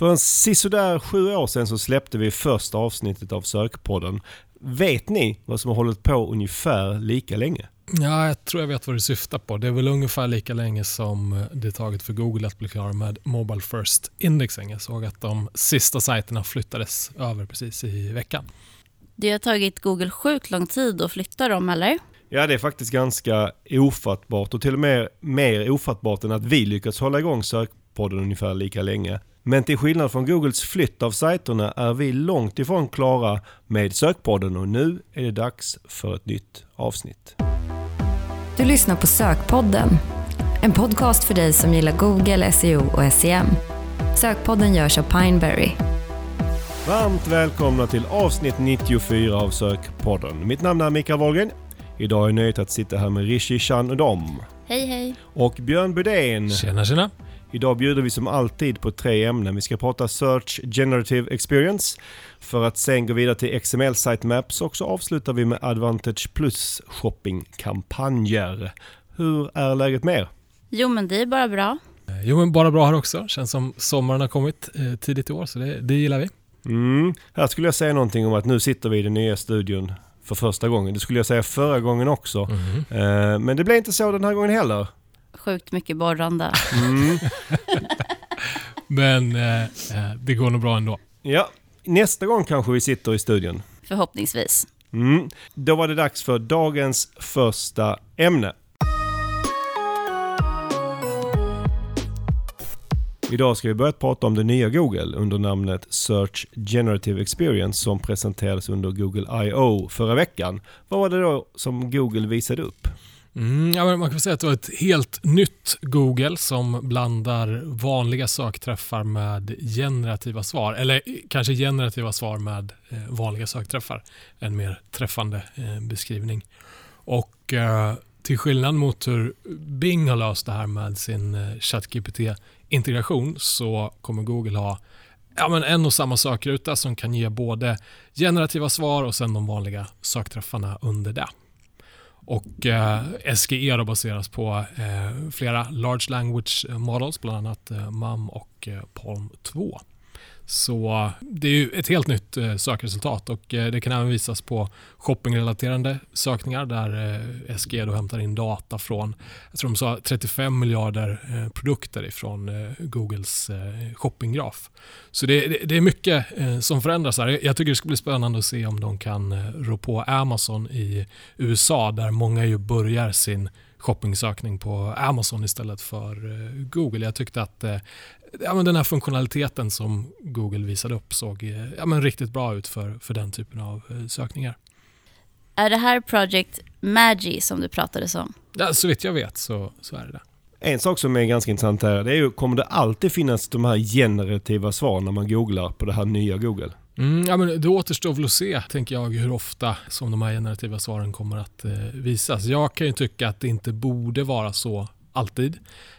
För en sisådär 7 år sedan så släppte vi första avsnittet av Sökpodden. Vet ni vad som har hållit på ungefär lika länge? Ja, jag tror jag vet vad du syftar på. Det är väl ungefär lika länge som det tagit för Google att bli klar med Mobile First Indexing. Jag såg att de sista sajterna flyttades över precis i veckan. Det har tagit Google sjukt lång tid att flytta dem, eller? Ja, det är faktiskt ganska ofattbart och till och med mer ofattbart än att vi lyckats hålla igång Sökpodden ungefär lika länge. Men till skillnad från Googles flytt av sajterna är vi långt ifrån klara med Sökpodden och nu är det dags för ett nytt avsnitt. Du lyssnar på Sökpodden, en podcast för dig som gillar Google, SEO och SEM. Sökpodden görs av Pineberry. Varmt välkomna till avsnitt 94 av Sökpodden. Mitt namn är Mikael Wahlgren. Idag är jag nöjd att sitta här med Rishi Chandom. Hej, hej. Och Björn Budén. Tjena. Idag bjuder vi som alltid på 3 ämnen. Vi ska prata Search Generative Experience för att sen gå vidare till XML Sitemaps och så avslutar vi med Advantage Plus shoppingkampanjer. Hur är läget med er? Jo, men det är bara bra. Jo, men bara bra här också. Känns som sommaren har kommit tidigt i år, så det gillar vi. Här skulle jag säga någonting om att nu sitter vi i den nya studion för första gången. Det skulle jag säga förra gången också. Men det blev inte så den här gången heller. Sjukt mycket borrande. Men det går nog bra ändå. Ja, nästa gång kanske vi sitter i studion. Förhoppningsvis. Då var det dags för dagens första ämne. Idag ska vi börja prata om det nya Google under namnet Search Generative Experience som presenterades under Google I.O. förra veckan. Vad var det då som Google visade upp? Ja, men man kan säga att det var ett helt nytt Google som blandar vanliga sökträffar med generativa svar. Eller kanske generativa svar med vanliga sökträffar. En mer träffande beskrivning. Och till skillnad mot hur Bing har löst det här med sin ChatGPT-integration så kommer Google ha en och samma sökruta som kan ge både generativa svar och sen de vanliga sökträffarna under det. Och SGE då baseras på flera large language models, bland annat MUM och Palm 2. Så det är ju ett helt nytt sökresultat och det kan även visas på shoppingrelaterande sökningar där SGE då hämtar in data från, jag tror de sa 35 miljarder produkter ifrån Googles shoppinggraf. Så det är mycket som förändras här. Jag tycker det ska bli spännande att se om de kan rå på Amazon i USA där många ju börjar sin shoppingsökning på Amazon istället för Google. Jag tyckte att den här funktionaliteten som Google visade upp såg riktigt bra ut för den typen av sökningar. Är det här Project Magi som du pratade om? Ja, så vitt jag vet så är det. En sak som är ganska intressant här, det är ju, kommer det alltid finnas de här generativa svaren när man googlar på det här nya Google? Men det återstår väl att se, tänker jag, hur ofta som de här generativa svaren kommer att visas. Jag kan ju tycka att det inte borde vara så alltid.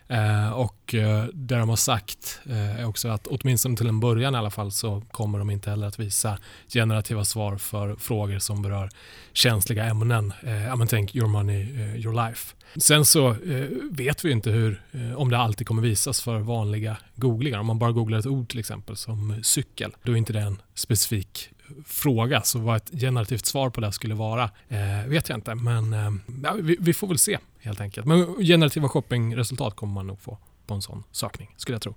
Och det de har sagt är också att åtminstone till en början i alla fall så kommer de inte heller att visa generativa svar för frågor som berör känsliga ämnen. Tänk your money, your life. Sen så vet vi inte om det alltid kommer visas för vanliga googlingar. Om man bara googlar ett ord till exempel som cykel, då är inte det en specifik fråga. Så vad ett generativt svar på det skulle vara vet jag inte. Men vi får väl se helt enkelt. Men generativa shoppingresultat kommer man nog få på en sån sökning, skulle jag tro.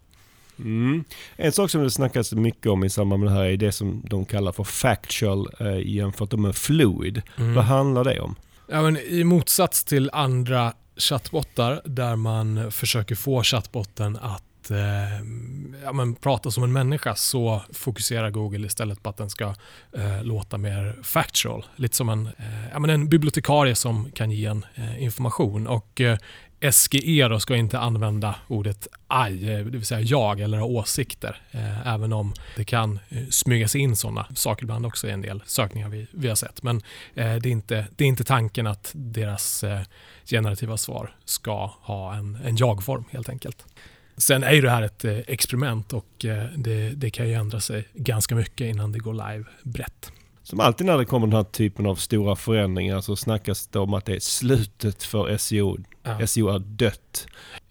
En sak som det snackas mycket om i samband med det här är det som de kallar för factual jämfört med fluid. Vad handlar det om? Ja, men i motsats till andra chattbottar där man försöker få chattbotten att prata som en människa så fokuserar Google istället på att den ska låta mer factual. Lite som en bibliotekarie som kan ge en information. Och SGE då ska inte använda ordet I, det vill säga jag eller åsikter. Även om det kan smyga sig in sådana saker ibland också i en del sökningar vi har sett. Men det är inte tanken att deras generativa svar ska ha en jag-form helt enkelt. Sen är ju det här ett experiment och det kan ju ändra sig ganska mycket innan det går live brett. Som alltid när det kommer den här typen av stora förändringar så snackas det om att det är slutet för SEO. Ja. SEO är dött.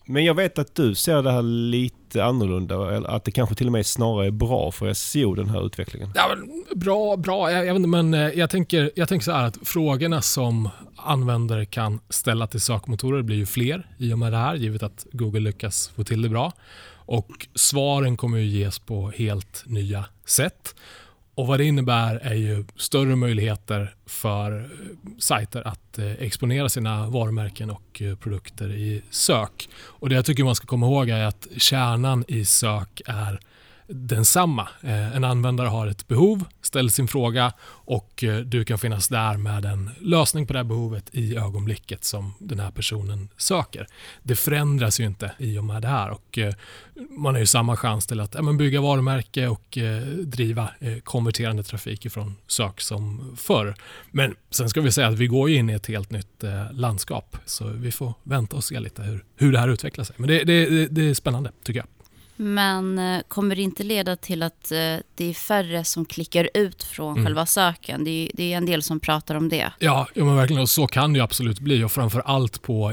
Men jag vet att du ser det här lite annorlunda, eller att det kanske till och med snarare är bra för SEO, den här utvecklingen. Ja, bra. Jag vet inte, men jag tänker så här att frågorna som användare kan ställa till sökmotorer blir ju fler i och med det här, givet att Google lyckas få till det bra. Och svaren kommer ju ges på helt nya sätt. Och vad det innebär är ju större möjligheter för sajter att exponera sina varumärken och produkter i sök. Och det jag tycker man ska komma ihåg är att kärnan i sök är densamma. En användare har ett behov, ställer sin fråga och du kan finnas där med en lösning på det här behovet i ögonblicket som den här personen söker. Det förändras ju inte i och med det här och man har ju samma chans till att bygga varumärke och driva konverterande trafik ifrån sök som förr. Men sen ska vi säga att vi går in i ett helt nytt landskap, så vi får vänta och se lite hur det här utvecklar sig. Men det är spännande tycker jag. Men kommer det inte leda till att det är färre som klickar ut från själva söken? Det är en del som pratar om det. Ja, men verkligen. Och så kan det ju absolut bli. Och framför allt på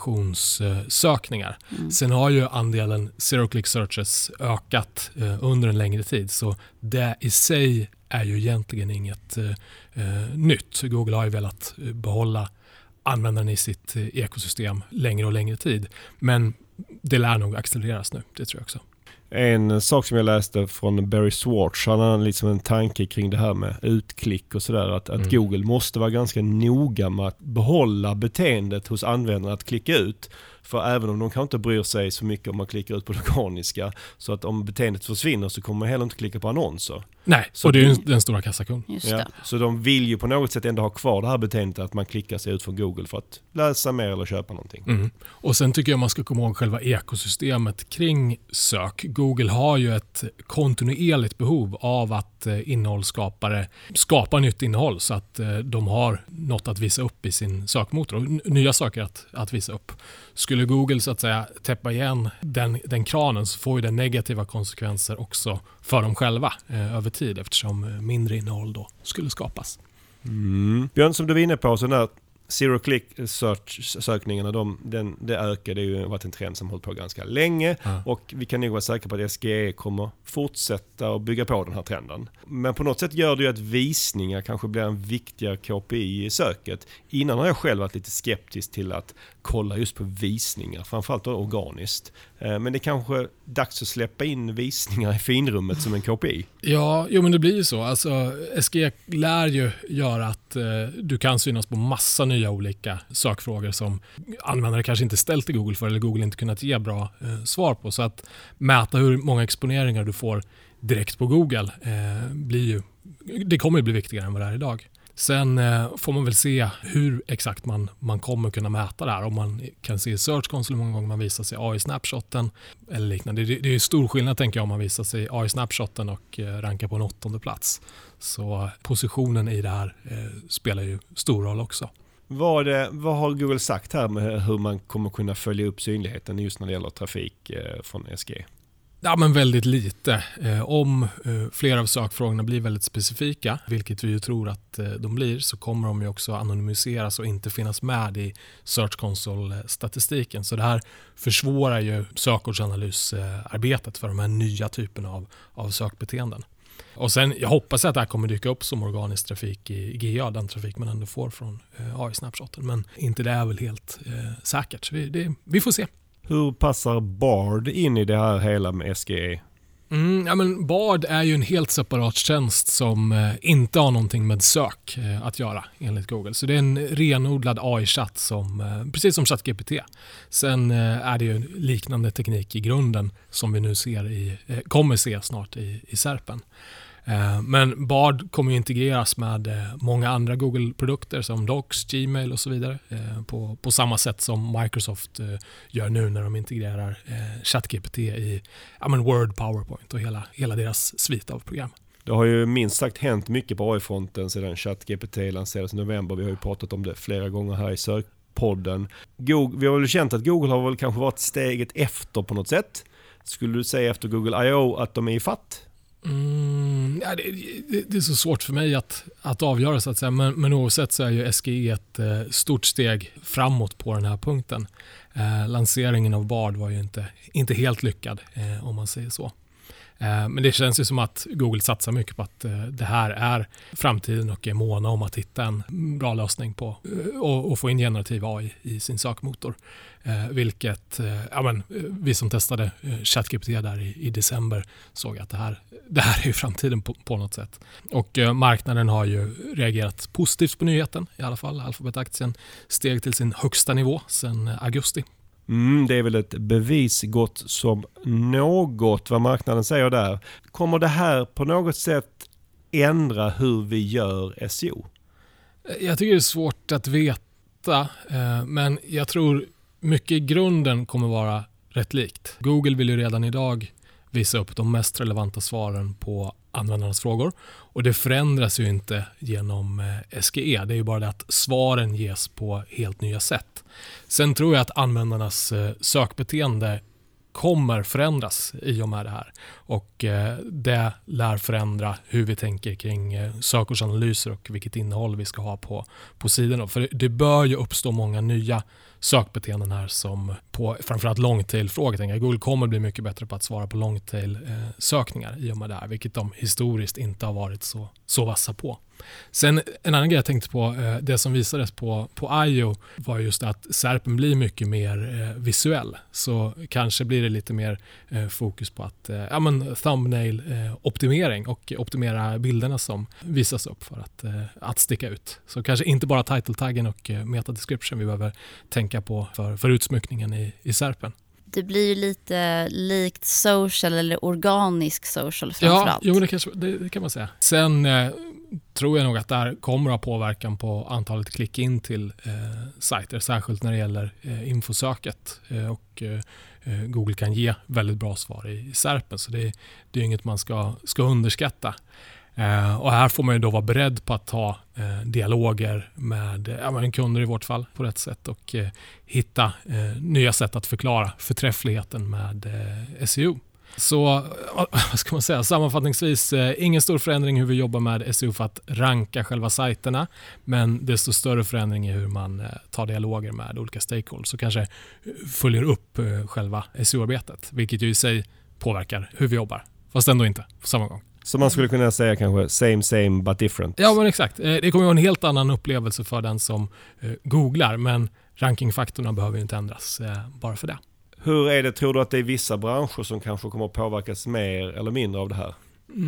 informationssökningar. Sen har ju andelen zero-click searches ökat under en längre tid. Så det i sig är ju egentligen inget nytt. Google har ju velat behålla användaren i sitt ekosystem längre och längre tid. Men det lär nog accelereras nu, det tror jag också. En sak som jag läste från Barry Schwartz, han har liksom en tanke kring det här med utklick och sådär, att Google måste vara ganska noga med att behålla beteendet hos användarna att klicka ut. För även om de kan inte bry sig så mycket om man klickar ut på det organiska, så att om beteendet försvinner så kommer man heller inte klicka på annonser. Nej, så det är ju den stora kassakon. Ja, så de vill ju på något sätt ändå ha kvar det här beteendet att man klickar sig ut från Google för att läsa mer eller köpa någonting. Och sen tycker jag man ska komma ihåg själva ekosystemet kring sök. Google har ju ett kontinuerligt behov av att innehållsskapare skapar nytt innehåll så att de har något att visa upp i sin sökmotor och nya saker att visa upp. Skulle Google så att säga täppa igen den kranen, så får ju det negativa konsekvenser också för dem själva över tid, eftersom mindre innehåll då skulle skapas. Björn, som du var inne på, så när zero-click sökningarna, det ökar. Det har ju varit en trend som hållit på ganska länge och vi kan nog vara säkra på att SGE kommer fortsätta att bygga på den här trenden. Men på något sätt gör det ju att visningar kanske blir en viktigare KPI i söket. Innan har jag själv varit lite skeptisk till att kolla just på visningar, framförallt organiskt. Men det är kanske dags att släppa in visningar i finrummet som en KPI. Ja, men det blir ju så. Alltså, SGE lär ju göra att du kan synas på massa nya olika sökfrågor som användare kanske inte ställt till Google för eller Google inte kunnat ge bra svar på. Så att mäta hur många exponeringar du får direkt på Google det kommer att bli viktigare än vad det är idag. Sen får man väl se hur exakt man kommer kunna mäta det här. Om man kan se i Search Console hur många gånger man visar sig AI-snapshoten eller liknande. Det är stor skillnad, tänker jag, om man visar sig AI-snapshoten och rankar på en 8:e plats. Så positionen i det här spelar ju stor roll också. Vad har Google sagt här med hur man kommer kunna följa upp synligheten just när det gäller trafik från SG? Ja, men väldigt lite. Om flera av sökfrågorna blir väldigt specifika, vilket vi ju tror att de blir, så kommer de ju också anonymiseras och inte finnas med i Search Console-statistiken. Så det här försvårar ju sökordsanalysarbetet för de här nya typerna av sökbeteenden. Och sen, jag hoppas att det här kommer dyka upp som organisk trafik i GA, den trafik man ändå får från AI-snapshoten. Men inte det är väl helt säkert. Så vi får se. Hur passar Bard in i det här hela med SGE? Men Bard är ju en helt separat tjänst som inte har någonting med sök att göra enligt Google. Så det är en renodlad AI-chatt precis som ChatGPT. Sen är det ju liknande teknik i grunden som vi nu kommer se snart i Serpen. Men Bard kommer ju integreras med många andra Google-produkter som Docs, Gmail och så vidare på samma sätt som Microsoft gör nu när de integrerar ChatGPT i Word, PowerPoint och hela deras svit av program. Det har ju minst sagt hänt mycket på AI-fronten sedan ChatGPT lanserades i november. Vi har ju pratat om det flera gånger här i sökpodden. Vi har väl känt att Google har väl kanske varit steget efter på något sätt. Skulle du säga efter Google I.O. att de är i fatt? Ja, det är så svårt för mig att avgöra så att säga, men oavsett så är ju SGE ett stort steg framåt på den här punkten. Lanseringen av Bard var ju inte helt lyckad om man säger så. Men det känns ju som att Google satsar mycket på att det här är framtiden och är måna om att hitta en bra lösning på och få in generativ AI i sin sökmotor. Vilket vi som testade ChatGPT där i december såg att det här är ju framtiden på något sätt. Och marknaden har ju reagerat positivt på nyheten, i alla fall. Alphabet-aktien steg till sin högsta nivå sedan augusti. Det är väl ett bevis gott som något vad marknaden säger där. Kommer det här på något sätt ändra hur vi gör SEO? Jag tycker det är svårt att veta, men jag tror mycket i grunden kommer vara rätt likt. Google vill ju redan idag visa upp de mest relevanta svaren på användarnas frågor. Och det förändras ju inte genom SGE. Det är ju bara det att svaren ges på helt nya sätt. Sen tror jag att användarnas sökbeteende kommer förändras i och med det här. Och det lär förändra hur vi tänker kring sökordsanalyser och vilket innehåll vi ska ha på sidorna. För det bör ju uppstå många nya sökbeteenden här som på framförallt longtail-frågetecken. Google kommer bli mycket bättre på att svara på longtail-sökningar i och med det här, vilket de historiskt inte har varit så vassa på. Sen en annan grej jag tänkte på, det som visades på I.O. var just att SERPen blir mycket mer visuell. Så kanske blir det lite mer fokus på att thumbnail-optimering och optimera bilderna som visas upp för att sticka ut. Så kanske inte bara title-taggen och meta-description vi behöver tänka på för utsmyckningen i SERPen. Det blir ju lite likt social eller organisk social framförallt. Ja, det kan man säga. Sen tror jag nog att det här kommer att ha påverkan på antalet klick in till sajter, särskilt när det gäller infosöket. Och Google kan ge väldigt bra svar i SERPen, så det är inget man ska underskatta. Och här får man ju då vara beredd på att ta dialoger med kunder i vårt fall på rätt sätt och hitta nya sätt att förklara förträffligheten med SEO. Så vad ska man säga, sammanfattningsvis ingen stor förändring hur vi jobbar med SEO för att ranka själva sajterna, men desto större förändring i hur man tar dialoger med olika stakeholders och kanske följer upp själva SEO-arbetet, vilket ju i sig påverkar hur vi jobbar, fast ändå inte på samma gång. Så man skulle kunna säga kanske same but different. Ja, men exakt. Det kommer att vara en helt annan upplevelse för den som googlar, men rankingfaktorerna behöver inte ändras bara för det. Hur är det, tror du att det är vissa branscher som kanske kommer att påverkas mer eller mindre av det här?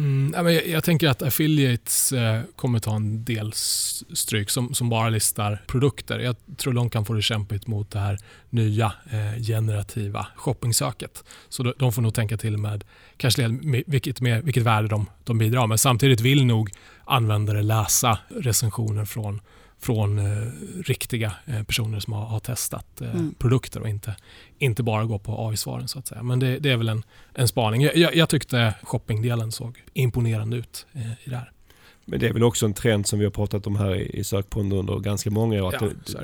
Jag tänker att affiliates kommer ta en del stryk som bara listar produkter. Jag tror de kan få det kämpigt mot det här nya generativa shoppingsöket. Så de får nog tänka till med kanske vilket värde de bidrar med. Samtidigt vill nog användare läsa recensioner från riktiga personer som har testat produkter och inte bara gå på AI-svaren så att säga. Men det är väl en spaning. Jag tyckte shoppingdelen såg imponerande ut i det här. Men det är väl också en trend som vi har pratat om här i sökpodden under ganska många år.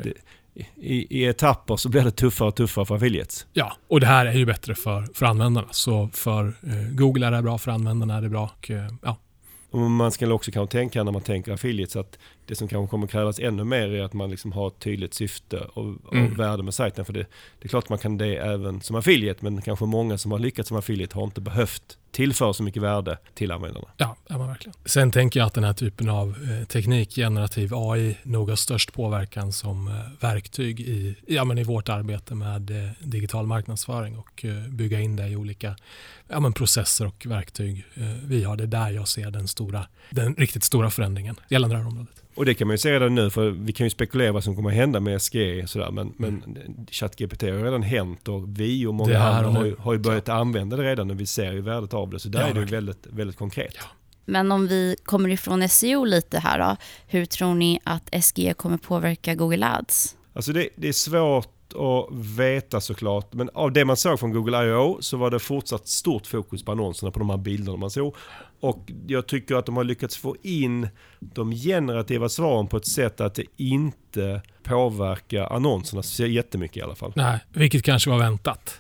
I etapper så blir det tuffare och tuffare för affiliates. Ja, och det här är ju bättre för användarna. Så för Google är det bra, för användarna är det bra. Och, ja. Och man ska också kanske tänka när man tänker affiliates att det som kanske kommer krävas ännu mer är att man liksom har ett tydligt syfte och värde med sajten. För det är klart man kan det även som affiliate, men kanske många som har lyckats som affiliate har inte behövt tillföra så mycket värde till användarna. Ja, verkligen. Sen tänker jag att den här typen av teknik, generativ AI, nog har störst påverkan som verktyg i vårt arbete med digital marknadsföring och bygga in det i olika processer och verktyg vi har. Det där jag ser den riktigt stora förändringen gällande det här området. Och det kan man ju se redan nu, för vi kan ju spekulera vad som kommer att hända med SGE och sådär, men ChatGPT har redan hänt och vi och många andra har ju börjat använda det redan och vi ser ju värdet av det, så där är det väldigt, väldigt konkret. Ja. Men om vi kommer ifrån SEO lite här då, hur tror ni att SGE kommer påverka Google Ads? Alltså det är svårt att veta såklart, men av det man såg från Google I.O. så var det fortsatt stort fokus på annonserna, på de här bilderna man såg. Och jag tycker att de har lyckats få in de generativa svaren på ett sätt att det inte påverkar annonserna så jättemycket i alla fall. Nej, vilket kanske var väntat.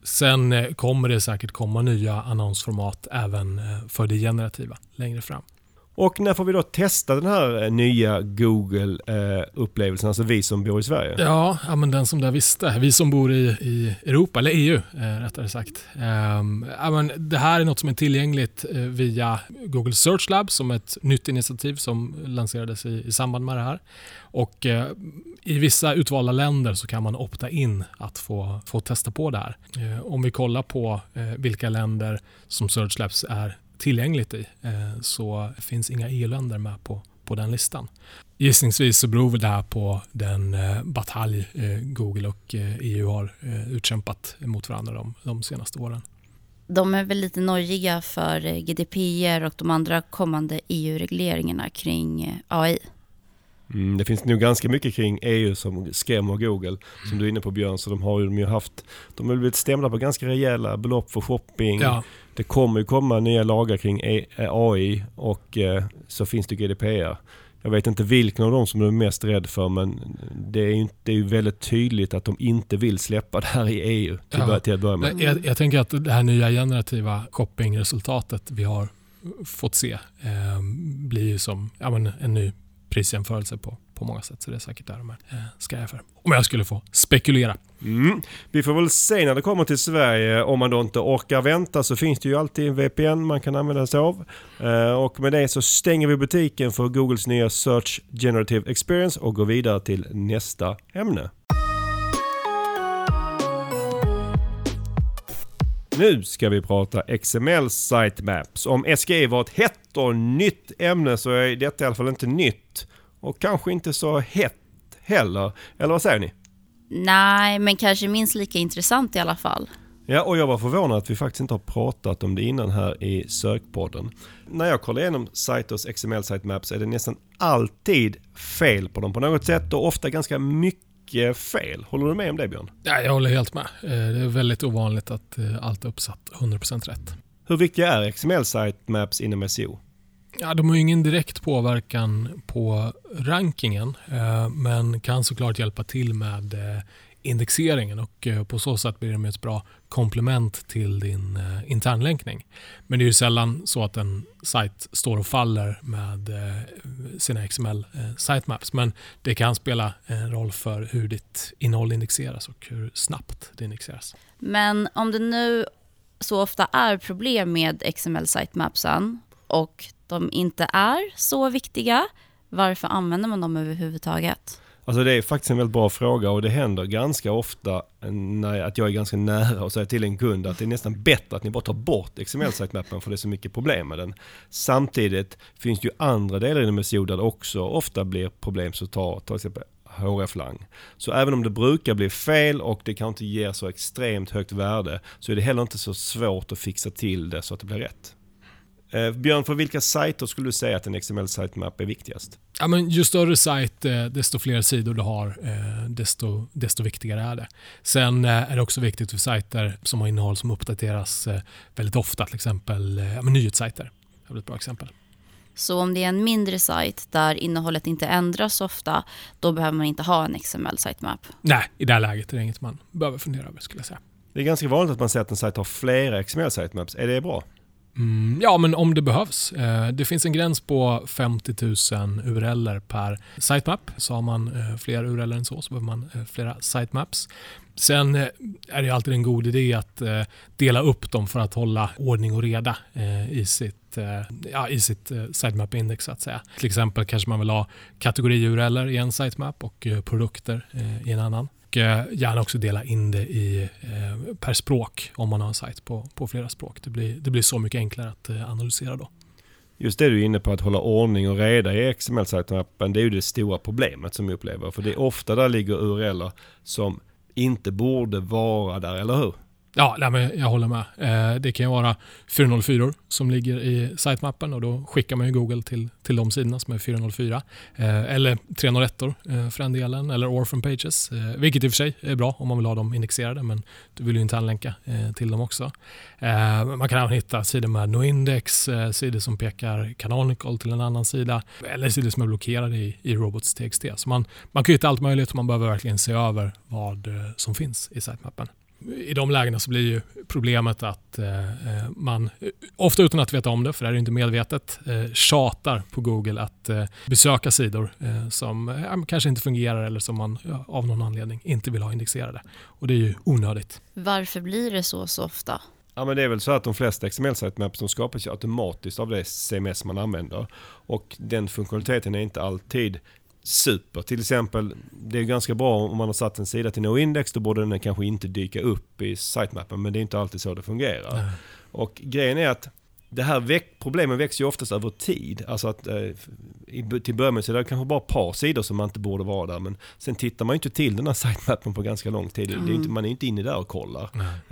Sen kommer det säkert komma nya annonsformat även för det generativa längre fram. Och när får vi då testa den här nya Google-upplevelsen, alltså vi som bor i Sverige? Ja, men den som där visste. Vi som bor i Europa, eller EU rättare sagt. Men det här är något som är tillgängligt via Google Search Lab som ett nytt initiativ som lanserades i samband med det här. Och i vissa utvalda länder så kan man opta in att få testa på det här. Om vi kollar på vilka länder som Search Labs är tillgängligt i, så finns inga EU-länder med på den listan. Gissningsvis så beror det här på den batalj Google och EU har utkämpat mot varandra de senaste åren. De är väl lite nojiga för GDPR och de andra kommande EU-regleringarna kring AI. Det finns nog ganska mycket kring EU som skrämmer Google, som du är inne på, Björn, så de har blivit stämda på ganska rejäla belopp för shopping. Ja. Det kommer ju komma nya lagar kring AI och så finns det GDPR. Jag vet inte vilken av dem som du är mest rädd för, men det är ju väldigt tydligt att de inte vill släppa det här i EU till att börja med. Jag tänker att det här nya generativa shoppingresultatet vi har fått se blir ju som en ny prisjämförelse på många sätt, så det är säkert där de ska jag för. Om jag skulle få spekulera. Vi får väl se när det kommer till Sverige. Om man då inte orkar vänta så finns det ju alltid en VPN man kan använda sig av. Och med det så stänger vi butiken för Googles nya Search Generative Experience och går vidare till nästa ämne. Nu ska vi prata XML sitemaps. Om SGI var ett hett och nytt ämne så är detta i alla fall inte nytt. Och kanske inte så hett heller. Eller vad säger ni? Nej, men kanske minst lika intressant i alla fall. Ja, och jag var förvånad att vi faktiskt inte har pratat om det innan här i sökpodden. När jag kollar igenom Siters XML sitemaps är det nästan alltid fel på dem på något sätt och ofta ganska mycket fel. Håller du med om det, Björn? Ja, jag håller helt med. Det är väldigt ovanligt att allt är uppsatt 100% rätt. Hur viktiga är XML sitemaps inom SEO? Ja, de har ju ingen direkt påverkan på rankingen, men kan såklart hjälpa till med indexeringen och på så sätt blir de ett bra komplement till din internlänkning. Men det är ju sällan så att en sajt står och faller med sina XML sitemaps, men det kan spela en roll för hur ditt innehåll indexeras och hur snabbt det indexeras. Men om det nu så ofta är problem med XML sitemapsen och de inte är så viktiga, varför använder man dem överhuvudtaget? Alltså det är faktiskt en väldigt bra fråga och det händer ganska ofta att jag är ganska nära och säger till en kund att det är nästan bättre att ni bara tar bort XML-sitemappen för det är så mycket problem med den. Samtidigt finns det ju andra delar inom SEO där det också ofta blir problem, så ta till exempel hreflang. Så även om det brukar bli fel och det kan inte ge så extremt högt värde så är det heller inte så svårt att fixa till det så att det blir rätt. Björn, för vilka sajter skulle du säga att en XML sitemap är viktigast? Ja, men ju större sajt, desto fler sidor du har, desto viktigare är det. Sen är det också viktigt för sajter som har innehåll som uppdateras väldigt ofta, till exempel nyhetssajter. Det är ett bra exempel. Så om det är en mindre sajt där innehållet inte ändras ofta, då behöver man inte ha en XML sitemap? Nej, i det här läget är det inget man behöver fundera över, skulle jag säga. Det är ganska vanligt att man säger att en sajt har flera XML sitemaps. Är det bra? Ja, men om det behövs. Det finns en gräns på 50 000 URLer per sitemap. Så har man fler URLer än så behöver man flera sitemaps. Sen är det alltid en god idé att dela upp dem för att hålla ordning och reda i sitt sitemap-index så att säga. Till exempel kanske man vill ha kategori-URLer i en sitemap och produkter i en annan. Och gärna också dela in det per språk om man har en sajt på flera språk. Det blir så mycket enklare att analysera då. Just det du är inne på, att hålla ordning och reda i XML-sitemappen, det är ju det stora problemet som jag upplever. För det är ofta där ligger URLer som inte borde vara där, eller hur? Ja, men jag håller med. Det kan ju vara 404 som ligger i sitemappen och då skickar man ju Google till de sidorna som är 404. Eller 301 för den delen, eller orphan pages. Vilket i och för sig är bra om man vill ha dem indexerade, men du vill ju inte anlänka till dem också. Man kan även hitta sidor med noindex, sidor som pekar canonical till en annan sida, eller sidor som är blockerade i robots.txt. Så man kan ju hitta allt möjligt och man behöver verkligen se över vad som finns i sitemappen. I de lägena så blir ju problemet att man, ofta utan att veta om det, för det är inte medvetet, tjatar på Google att besöka sidor som kanske inte fungerar eller som man av någon anledning inte vill ha indexerade. Och det är ju onödigt. Varför blir det så ofta? Ja, men det är väl så att de flesta XML sitemaps som skapas ju automatiskt av det CMS man använder. Och den funktionaliteten är inte alltid super. Till exempel, det är ganska bra om man har satt en sida till noindex, då borde den kanske inte dyka upp i sitemappen, men det är inte alltid så det fungerar. Mm. Och grejen är att det här problemen växer ju oftast över tid. Alltså att till början med så är det kanske bara ett par sidor som man inte borde vara där, men sen tittar man ju inte till den här sitemappen på ganska lång tid. Det är inte, man är inte inne där och kollar.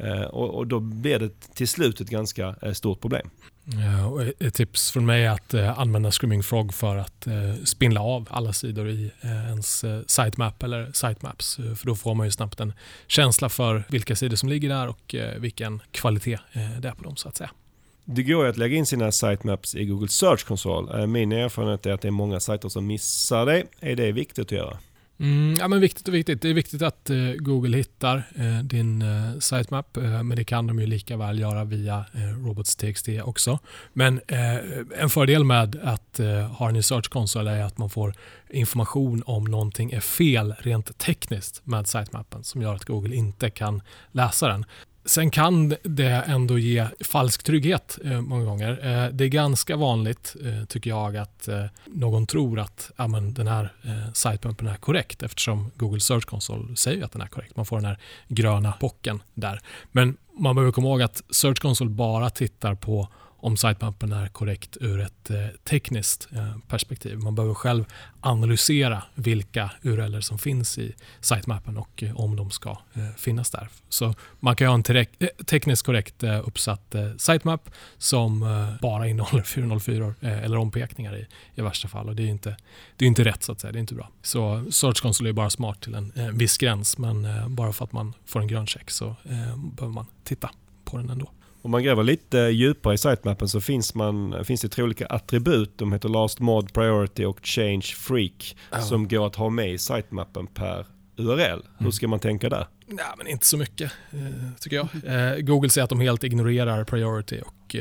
Och då blir det till slut ett ganska stort problem. Ja, och ett tips från mig är att använda Screaming Frog för att spindla av alla sidor i ens sitemap eller sitemaps. För då får man ju snabbt en känsla för vilka sidor som ligger där och vilken kvalitet det är på dem, så att säga. Det går ju att lägga in sina sitemaps i Google Search Console. Min erfarenhet är att det är många sajter som missar det. Är det viktigt att göra? Ja, men viktigt. Det är viktigt att Google hittar din sitemap, men det kan de ju lika väl göra via robots.txt också. Men en fördel med att ha den i Search Console är att man får information om någonting är fel rent tekniskt med sitemappen som gör att Google inte kan läsa den. Sen kan det ändå ge falsk trygghet många gånger. Det är ganska vanligt, tycker jag, att någon tror att den här sitemappen är korrekt, eftersom Google Search Console säger att den är korrekt. Man får den här gröna bocken där. Men man behöver komma ihåg att Search Console bara tittar på om sitemappen är korrekt ur ett tekniskt perspektiv. Man behöver själv analysera vilka URLer som finns i sitemappen och om de ska finnas där. Så man kan ha en tekniskt korrekt uppsatt sitemap som bara innehåller 404 eller ompekningar i värsta fall. Och det är inte rätt, så att säga. Det är inte bra. Så Search Console är bara smart till en viss gräns, men bara för att man får en grön check så behöver man titta på den ändå. Om man gräver lite djupare i sitemappen så finns det 3 olika attribut. De heter Last Mod, Priority och Change Freak som går att ha med i sitemappen per URL. Hur ska man tänka där? Nej, men inte så mycket, tycker jag. Google säger att de helt ignorerar Priority och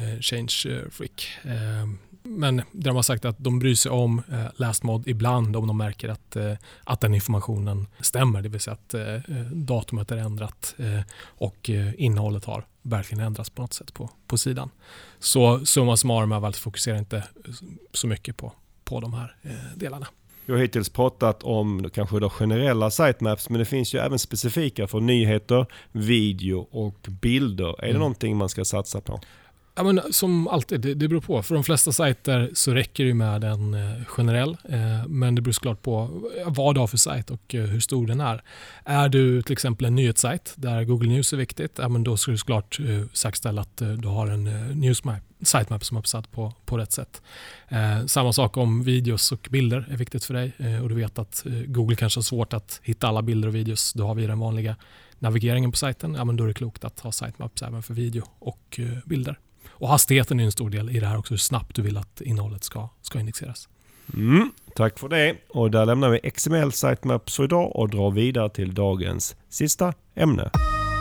Change Freak. Men de har sagt att de bryr sig om last mod ibland om de märker att den informationen stämmer. Det vill säga att datumet är ändrat och innehållet har verkligen ändrats på något sätt på sidan. Så summa summarum är väl att fokusera inte så mycket på de här delarna. Jag har hittills pratat om kanske då generella sitemaps, men det finns ju även specifika för nyheter, video och bilder. Är det någonting man ska satsa på? Ja, men som alltid, det beror på. För de flesta sajter så räcker det med en generell, men det beror såklart på vad du har för sajt och hur stor den är. Är du till exempel en nyhetssajt där Google News är viktigt, men då ska du såklart säkerställa att du har en news sitemap som är uppsatt på rätt sätt. Samma sak om videos och bilder är viktigt för dig, och du vet att Google kanske har svårt att hitta alla bilder och videos. Då har vi den vanliga navigeringen på sajten. Men då är det klokt att ha sitemaps även för video och bilder. Och hastigheten är en stor del i det här också, hur snabbt du vill att innehållet ska indexeras. Tack för det. Och där lämnar vi XML sitemaps för idag och drar vidare till dagens sista ämne.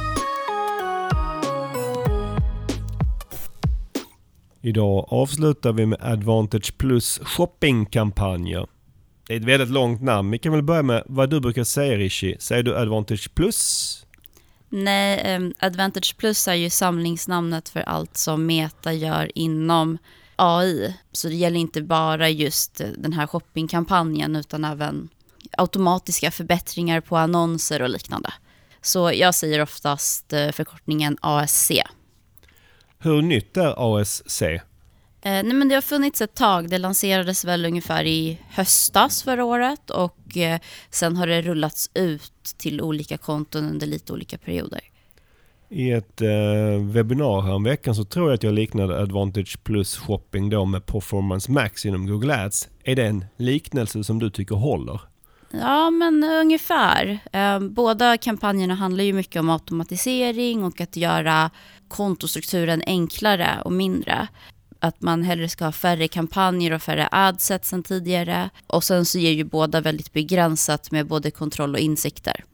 Idag avslutar vi med Advantage Plus shoppingkampanjer. Det är ett väldigt långt namn. Vi kan väl börja med vad du brukar säga, Rishi. Säger du Advantage Plus? Nej, Advantage Plus är ju samlingsnamnet för allt som Meta gör inom AI. Så det gäller inte bara just den här shoppingkampanjen utan även automatiska förbättringar på annonser och liknande. Så jag säger oftast förkortningen ASC. Hur nytt är ASC? Nej, men det har funnits ett tag. Det lanserades väl ungefär i höstas förra året och sen har det rullats ut till olika konton under lite olika perioder. I ett webbinar här om veckan så tror jag att jag liknade Advantage Plus shopping då med Performance Max inom Google Ads. Är det en liknelse som du tycker håller? Ja, men ungefär. Båda kampanjerna handlar ju mycket om automatisering och att göra kontostrukturen enklare och mindre. Att man hellre ska ha färre kampanjer och färre adsets än tidigare. Och sen så är ju båda väldigt begränsat med både kontroll och insikter.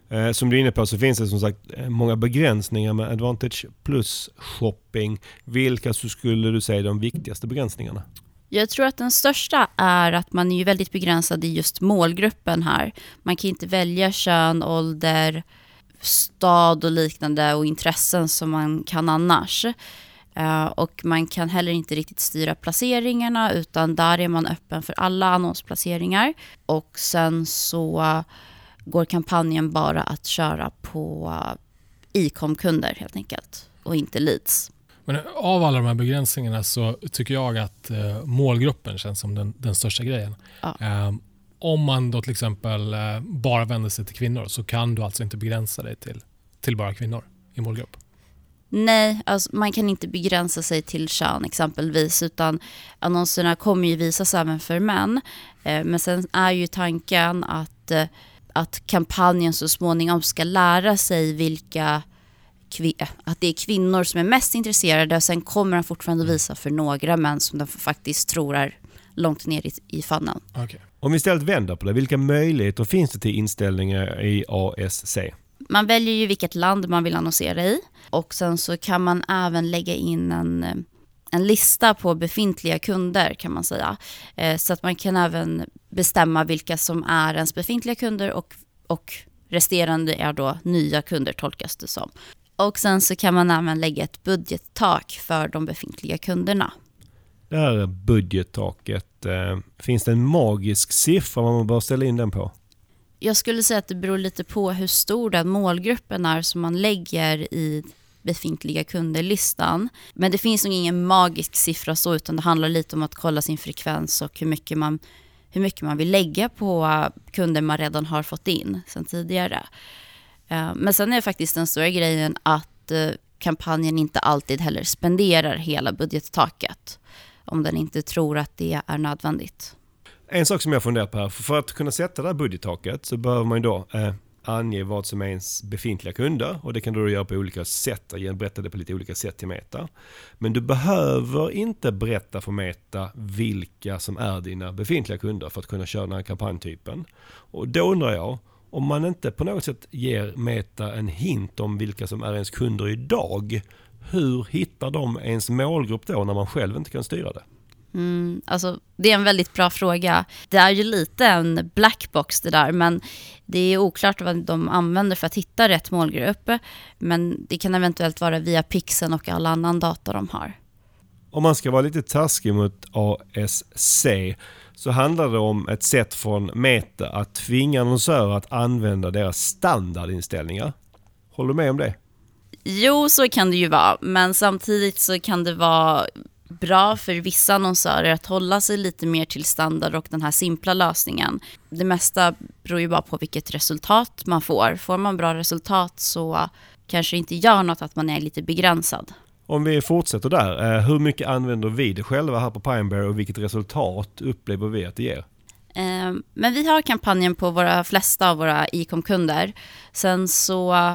Som du är inne på så finns det som sagt många begränsningar med Advantage Plus shopping. Vilka så skulle du säga de viktigaste begränsningarna? Jag tror att den största är att man är ju väldigt begränsad i just målgruppen här. Man kan inte välja kön, ålder, stad och liknande och intressen som man kan annars. Och man kan heller inte riktigt styra placeringarna, utan där är man öppen för alla annonsplaceringar. Och sen så går kampanjen bara att köra på e-com-kunder helt enkelt och inte leads. Men av alla de här begränsningarna så tycker jag att målgruppen känns som den största grejen. Ja. Om man då till exempel bara vänder sig till kvinnor så kan du alltså inte begränsa dig till bara kvinnor i målgrupp. Nej, alltså man kan inte begränsa sig till kön exempelvis, utan annonserna kommer ju visas även för män. Men sen är ju tanken att kampanjen så småningom ska lära sig att det är kvinnor som är mest intresserade, och sen kommer den fortfarande visa för några män som de faktiskt tror är långt ner i funneln. Okay. Om vi istället vänder på det, vilka möjligheter finns det till inställningar i ASC? Man väljer ju vilket land man vill annonsera i, och sen så kan man även lägga in en lista på befintliga kunder kan man säga. Så att man kan även bestämma vilka som är ens befintliga kunder och resterande är då nya kunder, tolkas det som. Och sen så kan man även lägga ett budgettak för de befintliga kunderna. Det här budgettaket, finns det en magisk siffra man bör ställa in den på? Jag skulle säga att det beror lite på hur stor den målgruppen är som man lägger i befintliga kunderlistan. Men det finns nog ingen magisk siffra så, utan det handlar lite om att kolla sin frekvens och hur mycket man vill lägga på kunder man redan har fått in sedan tidigare. Men sen är det faktiskt den stora grejen att kampanjen inte alltid heller spenderar hela budgettaket om den inte tror att det är nödvändigt. En sak som jag funderar på här, för att kunna sätta det här budgettaket så behöver man ju då ange vad som är ens befintliga kunder, och det kan du då göra på olika sätt. Jag berättade på lite olika sätt till Meta. Men du behöver inte berätta för Meta vilka som är dina befintliga kunder för att kunna köra den här kampanjtypen. Och då undrar jag, om man inte på något sätt ger Meta en hint om vilka som är ens kunder idag, hur hittar de ens målgrupp då när man själv inte kan styra det? Alltså, det är en väldigt bra fråga. Det är ju lite en blackbox det där, men det är oklart vad de använder för att hitta rätt målgrupp. Men det kan eventuellt vara via Pixeln och all annan data de har. Om man ska vara lite taskig mot ASC så handlar det om ett sätt från Meta att tvinga annonsörer att använda deras standardinställningar. Håller du med om det? Jo, så kan det ju vara. Men samtidigt så kan det vara bra för vissa annonsörer att hålla sig lite mer till standard och den här simpla lösningen. Det mesta beror ju bara på vilket resultat man får. Får man bra resultat så kanske inte gör något att man är lite begränsad. Om vi fortsätter där, hur mycket använder vi det själva här på Pineberry och vilket resultat upplever vi att det ger? Men vi har kampanjen på våra flesta av våra e-com-kunder. Sen så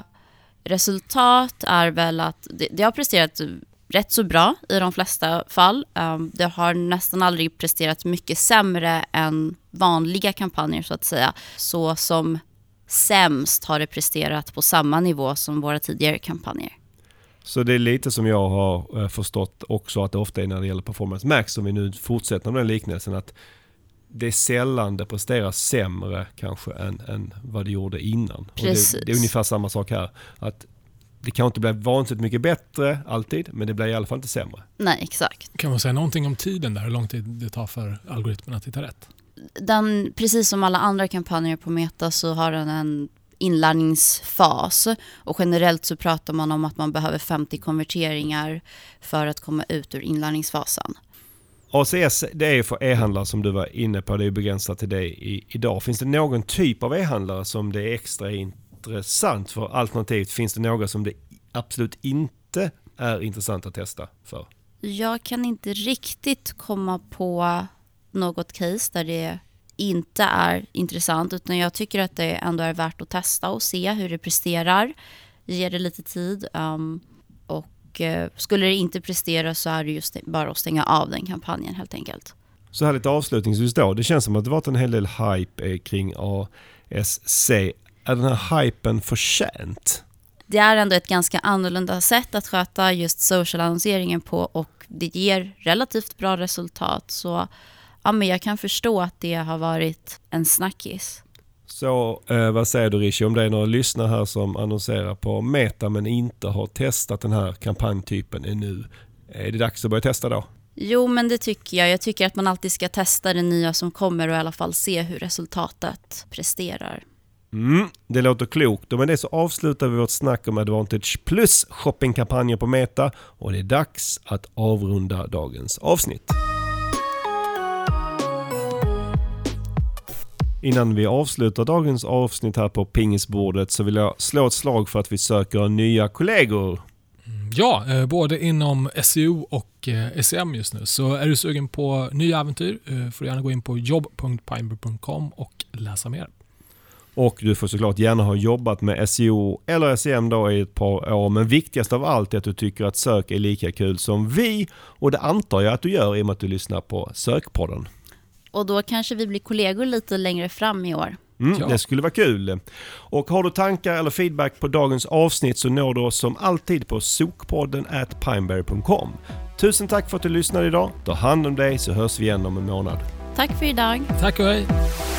resultat är väl att det har presterat rätt så bra i de flesta fall. Det har nästan aldrig presterat mycket sämre än vanliga kampanjer så att säga. Så som sämst har det presterat på samma nivå som våra tidigare kampanjer. Så det är lite som jag har förstått också att det ofta är när det gäller Performance Max, som vi nu fortsätter med den liknelsen, att det är sällan det presterar sämre kanske än vad det gjorde innan. Och det är ungefär samma sak här. Att det kan inte bli vansinnigt mycket bättre alltid, men det blir i alla fall inte sämre. Nej, exakt. Kan man säga någonting om tiden där? Hur lång tid det tar för algoritmen att hitta rätt? Precis som alla andra kampanjer på Meta så har den en inlärningsfas, och generellt så pratar man om att man behöver 50 konverteringar för att komma ut ur inlärningsfasen. ACS, det är för e-handlare som du var inne på, det är begränsat till dig idag. Finns det någon typ av e-handlare som det är extra intressant för? Alternativt, finns det några som det absolut inte är intressant att testa för? Jag kan inte riktigt komma på något case där det inte är intressant, utan jag tycker att det ändå är värt att testa och se hur det presterar. Ge det lite tid och skulle det inte prestera så är det just bara att stänga av den kampanjen helt enkelt. Så här lite avslutningsvis då, det känns som att det varit en hel del hype kring ASC. är den här hypen förtjänt? Det är ändå ett ganska annorlunda sätt att sköta just social-annonseringen på och det ger relativt bra resultat. Så ja, men jag kan förstå att det har varit en snackis. Så vad säger du Rishi, om det är några lyssnare här som annonserar på Meta men inte har testat den här kampanjtypen ännu? Är det dags att börja testa då? Jo, men det tycker jag. Jag tycker att man alltid ska testa det nya som kommer och i alla fall se hur resultatet presterar. Det låter klokt. Och med det så avslutar vi vårt snack om Advantage Plus shoppingkampanjer på Meta och det är dags att avrunda dagens avsnitt. Innan vi avslutar dagens avsnitt här på pingisbordet så vill jag slå ett slag för att vi söker nya kollegor. Ja, både inom SEO och SEM just nu. Så är du sugen på nya äventyr får du gärna gå in på jobb.pineberry.com och läsa mer. Och du får såklart gärna ha jobbat med SEO eller SEM då i ett par år. Men viktigast av allt är att du tycker att sök är lika kul som vi. Och det antar jag att du gör i och med att du lyssnar på Sökpodden. Och då kanske vi blir kollegor lite längre fram i år. Ja. Det skulle vara kul. Och har du tankar eller feedback på dagens avsnitt så når du oss som alltid på sokpodden@pineberry.com. Tusen tack för att du lyssnade idag. Ta hand om dig så hörs vi igen om en månad. Tack för idag. Tack och hej.